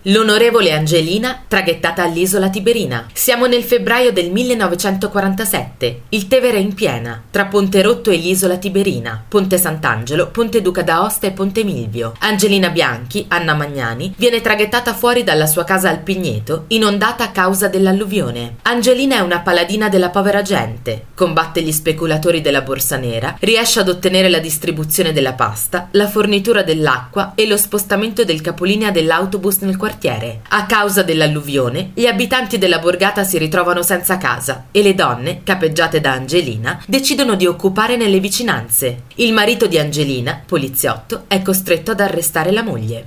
L'onorevole Angelina traghettata all'isola Tiberina. Siamo nel febbraio del 1947. Il Tevere è in piena. Tra Ponte Rotto e l'isola Tiberina, Ponte Sant'Angelo, Ponte Duca d'Aosta e Ponte Milvio. Angelina Bianchi, Anna Magnani, viene traghettata fuori dalla sua casa al Pigneto, inondata a causa dell'alluvione. Angelina è una paladina della povera gente. Combatte gli speculatori della borsa nera, riesce ad ottenere la distribuzione della pasta, la fornitura dell'acqua e lo spostamento del capolinea dell'autobus nel quartiere. A causa dell'alluvione, gli abitanti della borgata si ritrovano senza casa e le donne, capeggiate da Angelina, decidono di occupare nelle vicinanze. Il marito di Angelina, poliziotto, è costretto ad arrestare la moglie.